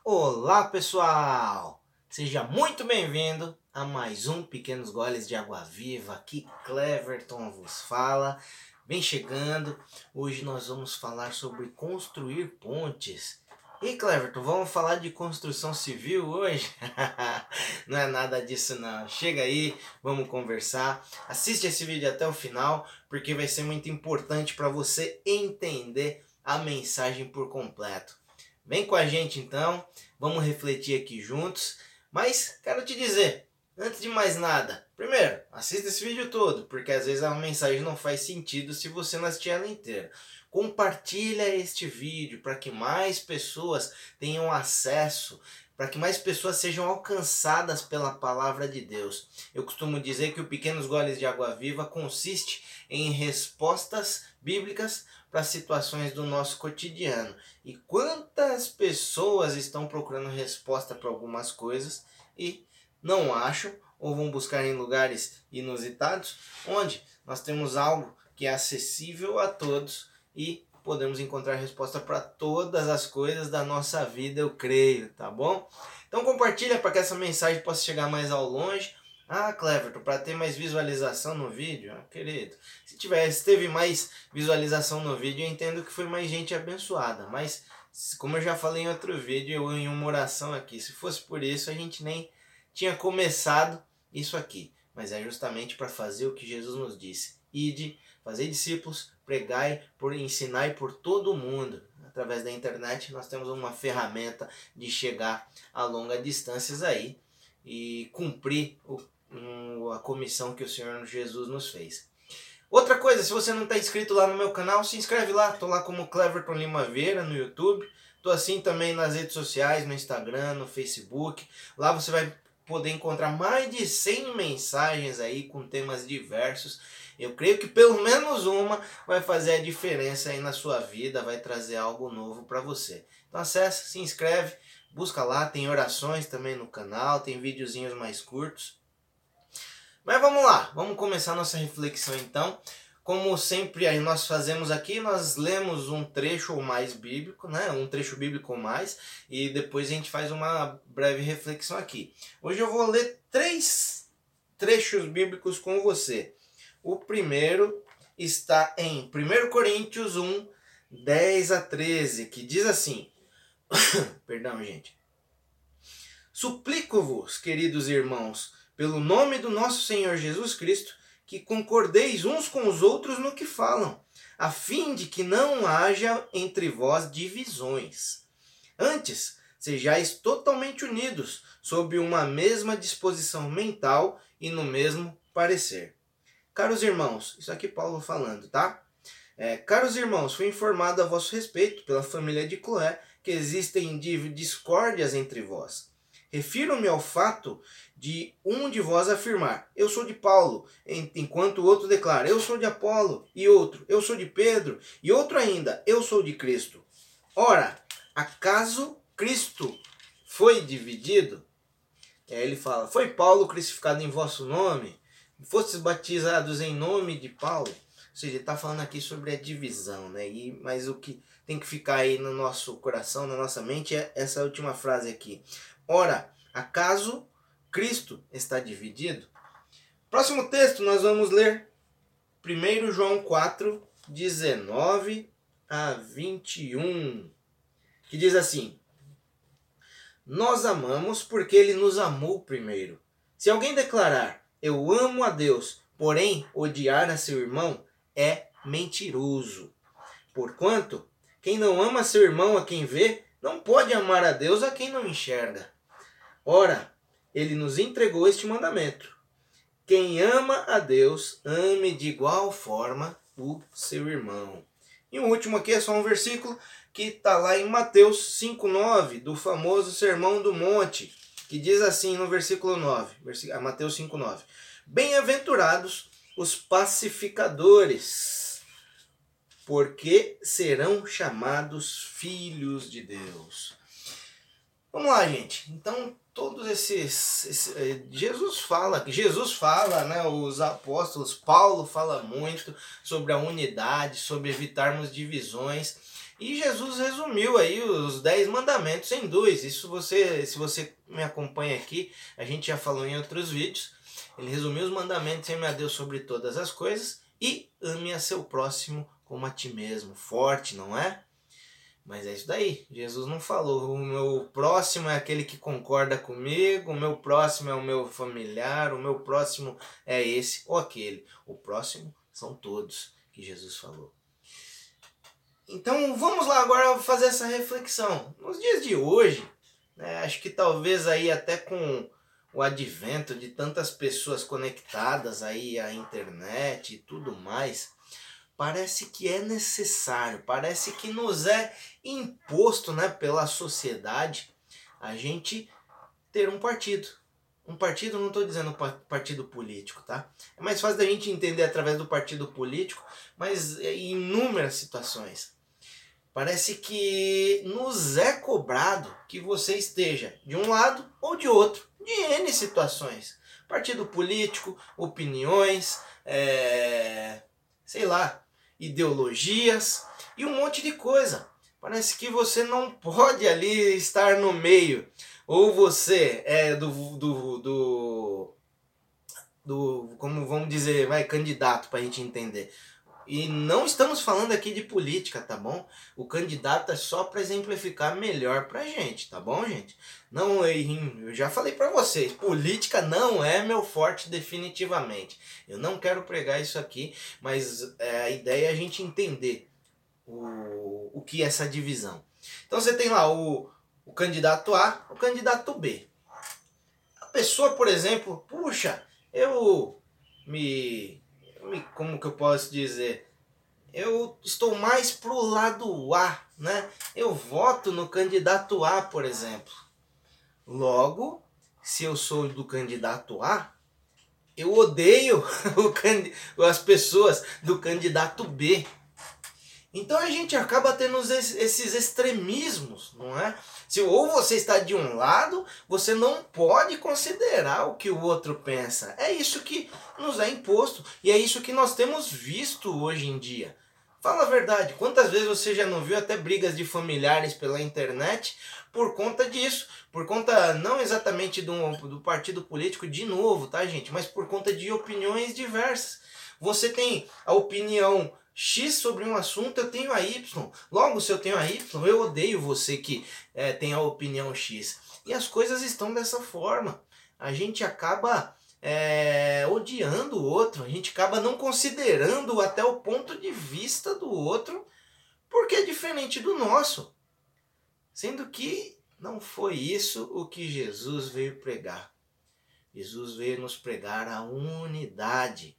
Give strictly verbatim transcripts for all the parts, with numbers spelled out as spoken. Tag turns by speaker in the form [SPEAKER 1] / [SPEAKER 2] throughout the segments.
[SPEAKER 1] Olá pessoal, seja muito bem-vindo a mais um Pequenos Goles de Água Viva. Aqui Cleverton vos fala, vem chegando. Hoje nós vamos falar sobre construir pontes. E Cleverton, vamos falar de construção civil hoje? Não é nada disso não, chega aí, vamos conversar. Assiste esse vídeo até o final, porque vai ser muito importante para você entender a mensagem por completo. Vem com a gente então, vamos refletir aqui juntos. Mas quero te dizer, antes de mais nada, primeiro, assista esse vídeo todo, porque às vezes a mensagem não faz sentido se você não assistir ela inteira. Compartilha este vídeo para que mais pessoas tenham acesso, para que mais pessoas sejam alcançadas pela palavra de Deus. Eu costumo dizer que o Pequenos Goles de Água Viva consiste em respostas bíblicas para situações do nosso cotidiano. E quantas pessoas estão procurando resposta para algumas coisas e não acham, ou vão buscar em lugares inusitados, onde nós temos algo que é acessível a todos e podemos encontrar resposta para todas as coisas da nossa vida, eu creio, tá bom? Então compartilha para que essa mensagem possa chegar mais ao longe. Ah, Cleverton, para ter mais visualização no vídeo, ah, querido, se tiver, se teve mais visualização no vídeo, eu entendo que foi mais gente abençoada, mas como eu já falei em outro vídeo, eu em uma oração aqui, se fosse por isso a gente nem tinha começado isso aqui, mas é justamente para fazer o que Jesus nos disse: ide, fazer discípulos, pregai, por ensinar por todo o mundo. Através da internet nós temos uma ferramenta de chegar a longas distâncias aí e cumprir o, um, a comissão que o Senhor Jesus nos fez. Outra coisa, se você não está inscrito lá no meu canal, se inscreve lá. Estou lá como Cleverton Lima Vieira no YouTube. Estou assim também nas redes sociais, no Instagram, no Facebook. Lá você vai poder encontrar mais de cem mensagens aí com temas diversos. Eu creio que pelo menos uma vai fazer a diferença aí na sua vida, vai trazer algo novo para você. Então acessa, se inscreve, busca lá, tem orações também no canal, tem videozinhos mais curtos. Mas vamos lá, vamos começar nossa reflexão então. Como sempre aí nós fazemos aqui, nós lemos um trecho ou mais bíblico, né? Um trecho bíblico ou mais, e depois a gente faz uma breve reflexão aqui. Hoje eu vou ler três trechos bíblicos com você. O primeiro está em primeira Coríntios um, dez a treze, que diz assim, perdão gente, suplico-vos, queridos irmãos, pelo nome do nosso Senhor Jesus Cristo, que concordeis uns com os outros no que falam, a fim de que não haja entre vós divisões. Antes, sejais totalmente unidos, sob uma mesma disposição mental e no mesmo parecer. Caros irmãos, isso aqui Paulo falando, tá? É, caros irmãos, fui informado a vosso respeito pela família de Cloé que existem discórdias entre vós. Refiro-me ao fato de um de vós afirmar, eu sou de Paulo, enquanto o outro declara, eu sou de Apolo, e outro, eu sou de Pedro, e outro ainda, eu sou de Cristo. Ora, acaso Cristo foi dividido? Aí ele fala, foi Paulo crucificado em vosso nome? Fostes batizados em nome de Paulo? Ou seja, ele está falando aqui sobre a divisão, né? E, mas o que tem que ficar aí no nosso coração, na nossa mente, é essa última frase aqui. Ora, acaso Cristo está dividido? Próximo texto nós vamos ler primeiro João quatro, dezenove a vinte e um, que diz assim, nós amamos porque ele nos amou primeiro. Se alguém declarar, eu amo a Deus, porém odiar a seu irmão, é mentiroso. Porquanto, quem não ama seu irmão a quem vê, não pode amar a Deus a quem não enxerga. Ora, ele nos entregou este mandamento. Quem ama a Deus, ame de igual forma o seu irmão. E o último aqui é só um versículo que está lá em Mateus cinco, nove, do famoso Sermão do Monte, que diz assim no versículo nove, Mateus cinco, nove. Bem-aventurados os pacificadores, porque serão chamados filhos de Deus. Vamos lá, gente. Então, todos esses, esses Jesus fala, Jesus fala, né, os apóstolos, Paulo fala muito sobre a unidade, sobre evitarmos divisões. E Jesus resumiu aí os dez mandamentos em dois. Isso você, se você me acompanha aqui, a gente já falou em outros vídeos. Ele resumiu os mandamentos: ame a Deus sobre todas as coisas e ame a seu próximo como a ti mesmo. Forte, não é? Mas é isso daí. Jesus não falou: o meu próximo é aquele que concorda comigo, o meu próximo é o meu familiar, o meu próximo é esse ou aquele. O próximo são todos que Jesus falou. Então vamos lá agora fazer essa reflexão. Nos dias de hoje, né, acho que talvez aí até com o advento de tantas pessoas conectadas aí à internet e tudo mais, parece que é necessário, parece que nos é imposto, né, pela sociedade a gente ter um partido. Um partido, não estou dizendo partido político, tá? É mais fácil da gente entender através do partido político, mas em inúmeras situações. Parece que nos é cobrado que você esteja de um lado ou de outro, de N situações. Partido político, opiniões, é, sei lá, ideologias e um monte de coisa. Parece que você não pode ali estar no meio. Ou você é do, do, do, do como vamos dizer, vai, candidato para a gente entender. E não estamos falando aqui de política, tá bom? O candidato é só para exemplificar melhor pra gente, tá bom, gente? Não, eu já falei para vocês, política não é meu forte definitivamente. Eu não quero pregar isso aqui, mas é, a ideia é a gente entender o, o que é essa divisão. Então você tem lá o, o candidato A, o candidato B. A pessoa, por exemplo, puxa, eu me... como que eu posso dizer? Eu estou mais pro lado A, né? Eu voto no candidato A, por exemplo. Logo, se eu sou do candidato A, eu odeio o, as pessoas do candidato B. Então a gente acaba tendo esses extremismos, não é? Se ou você está de um lado, você não pode considerar o que o outro pensa. É isso que nos é imposto e é isso que nós temos visto hoje em dia. Fala a verdade, quantas vezes você já não viu até brigas de familiares pela internet por conta disso? Por conta não exatamente do, do partido político de novo, tá, gente? Mas por conta de opiniões diversas. Você tem a opinião X sobre um assunto, eu tenho a Y. Logo, se eu tenho a Y, eu odeio você que é, tem a opinião X. E as coisas estão dessa forma. A gente acaba é, odiando o outro, a gente acaba não considerando até o ponto de vista do outro, porque é diferente do nosso. Sendo que não foi isso o que Jesus veio pregar. Jesus veio nos pregar a unidade.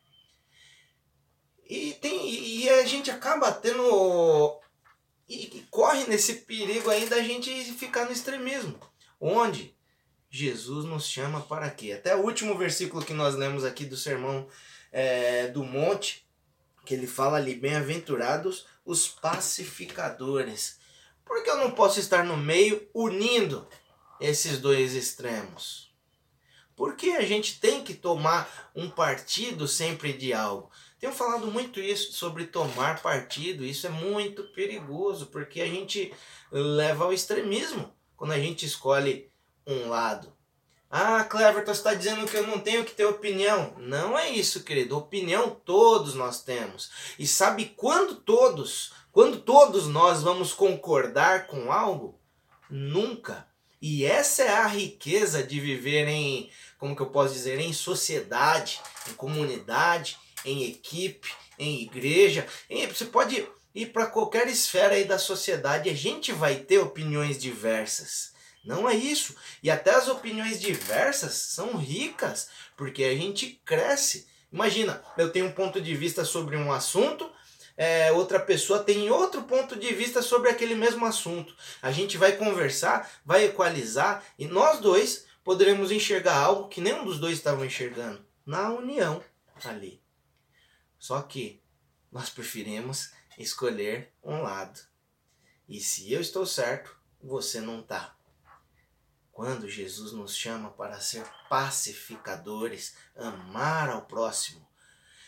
[SPEAKER 1] E, tem, e a gente acaba tendo... E, e corre nesse perigo aí da gente ficar no extremismo. Onde Jesus nos chama para quê? Até o último versículo que nós lemos aqui do Sermão é, do Monte, que ele fala ali, bem-aventurados os pacificadores. Por que eu não posso estar no meio unindo esses dois extremos? Por que a gente tem que tomar um partido sempre de algo? Tenho falado muito isso sobre tomar partido. Isso é muito perigoso, porque a gente leva ao extremismo quando a gente escolhe um lado. Ah, Cleverton, você está dizendo que eu não tenho que ter opinião. Não é isso, querido. Opinião todos nós temos. E sabe quando todos, quando todos nós vamos concordar com algo? Nunca. E essa é a riqueza de viver em, como que eu posso dizer, em sociedade, em comunidade, em equipe, em igreja. Em, você pode ir para qualquer esfera aí da sociedade, a gente vai ter opiniões diversas. Não é isso. E até as opiniões diversas são ricas, porque a gente cresce. Imagina, eu tenho um ponto de vista sobre um assunto, é, outra pessoa tem outro ponto de vista sobre aquele mesmo assunto. A gente vai conversar, vai equalizar e nós dois poderemos enxergar algo que nenhum dos dois estavam enxergando. Na união ali. Só que nós preferimos escolher um lado. E se eu estou certo, você não está. Quando Jesus nos chama para ser pacificadores, amar ao próximo,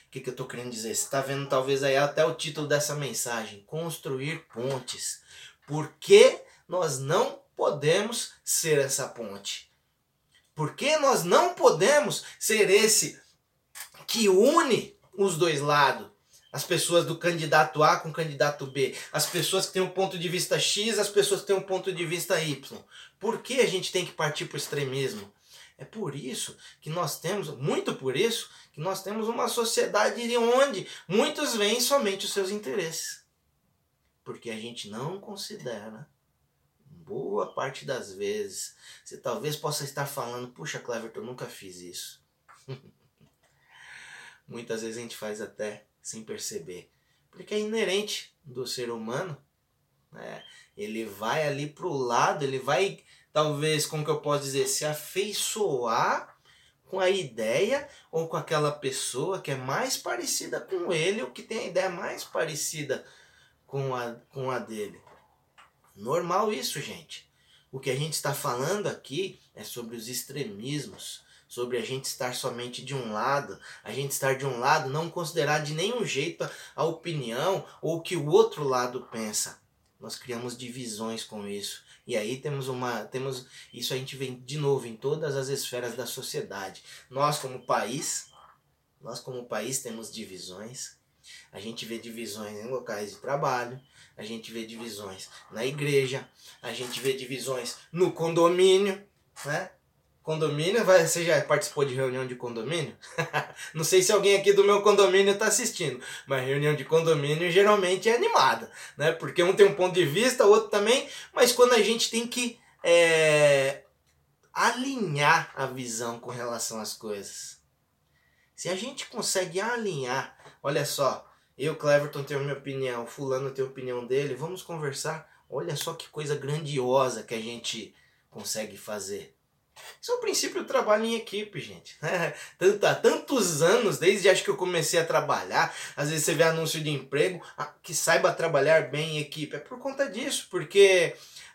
[SPEAKER 1] O que, que eu estou querendo dizer? Você está vendo talvez aí até o título dessa mensagem. Construir pontes. Por que nós não podemos ser essa ponte? Por que nós não podemos ser esse que une os dois lados? As pessoas do candidato A com o candidato B. As pessoas que têm um ponto de vista X, as pessoas que têm um ponto de vista Y. Por que a gente tem que partir para o extremismo? É por isso que nós temos, muito por isso, que nós temos uma sociedade onde muitos veem somente os seus interesses. Porque a gente não considera, boa parte das vezes, você talvez possa estar falando, puxa, Cleverton, eu nunca fiz isso. Muitas vezes a gente faz até sem perceber. Porque é inerente do ser humano. Né? Ele vai ali pro lado, ele vai, talvez, como que eu posso dizer, se afeiçoar com a ideia ou com aquela pessoa que é mais parecida com ele ou que tem a ideia mais parecida com a, com a dele. Normal isso, gente. O que a gente está falando aqui é sobre os extremismos, sobre a gente estar somente de um lado, a gente estar de um lado, não considerar de nenhum jeito a, a opinião ou o que o outro lado pensa. Nós criamos divisões com isso. E aí temos uma, temos, isso a gente vê de novo em todas as esferas da sociedade. Nós como país, nós como país temos divisões. A gente vê divisões em locais de trabalho, a gente vê divisões na igreja, a gente vê divisões no condomínio, né? Condomínio, vai, você já participou de reunião de condomínio? Não sei se alguém aqui do meu condomínio está assistindo, mas reunião de condomínio geralmente é animada, né? Porque um tem um ponto de vista, o outro também, mas quando a gente tem que é, alinhar a visão com relação às coisas. Se a gente consegue alinhar, olha só, eu, Cleverton, tenho a minha opinião, fulano tem a opinião dele, vamos conversar, olha só que coisa grandiosa que a gente consegue fazer. Isso é o princípio do trabalho em equipe, gente. Tanto, há tantos anos, desde acho que eu comecei a trabalhar, às vezes você vê anúncio de emprego, que saiba trabalhar bem em equipe. É por conta disso, porque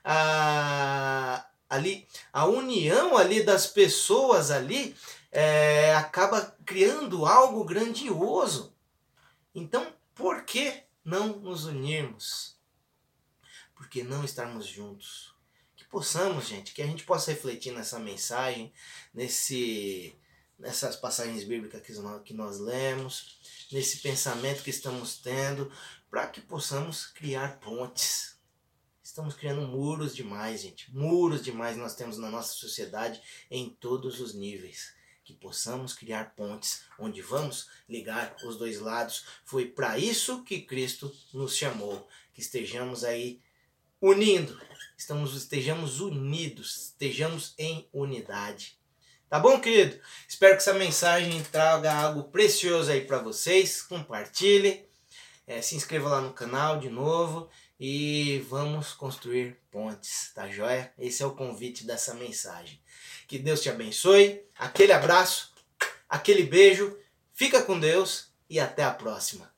[SPEAKER 1] a, ali, a união ali das pessoas ali é, acaba criando algo grandioso. Então, por que não nos unirmos? Por que não estarmos juntos? Possamos, gente, que a gente possa refletir nessa mensagem, nesse, nessas passagens bíblicas que nós, que nós lemos, nesse pensamento que estamos tendo, para que possamos criar pontes. Estamos criando muros demais, gente. Muros demais nós temos na nossa sociedade em todos os níveis. Que possamos criar pontes onde vamos ligar os dois lados. Foi para isso que Cristo nos chamou. Que estejamos aí unindo. Estamos, estejamos unidos, estejamos em unidade. Tá bom, querido? Espero que essa mensagem traga algo precioso aí para vocês. Compartilhe, é, se inscreva lá no canal de novo e vamos construir pontes, tá joia? Esse é o convite dessa mensagem. Que Deus te abençoe, aquele abraço, aquele beijo, fica com Deus e até a próxima.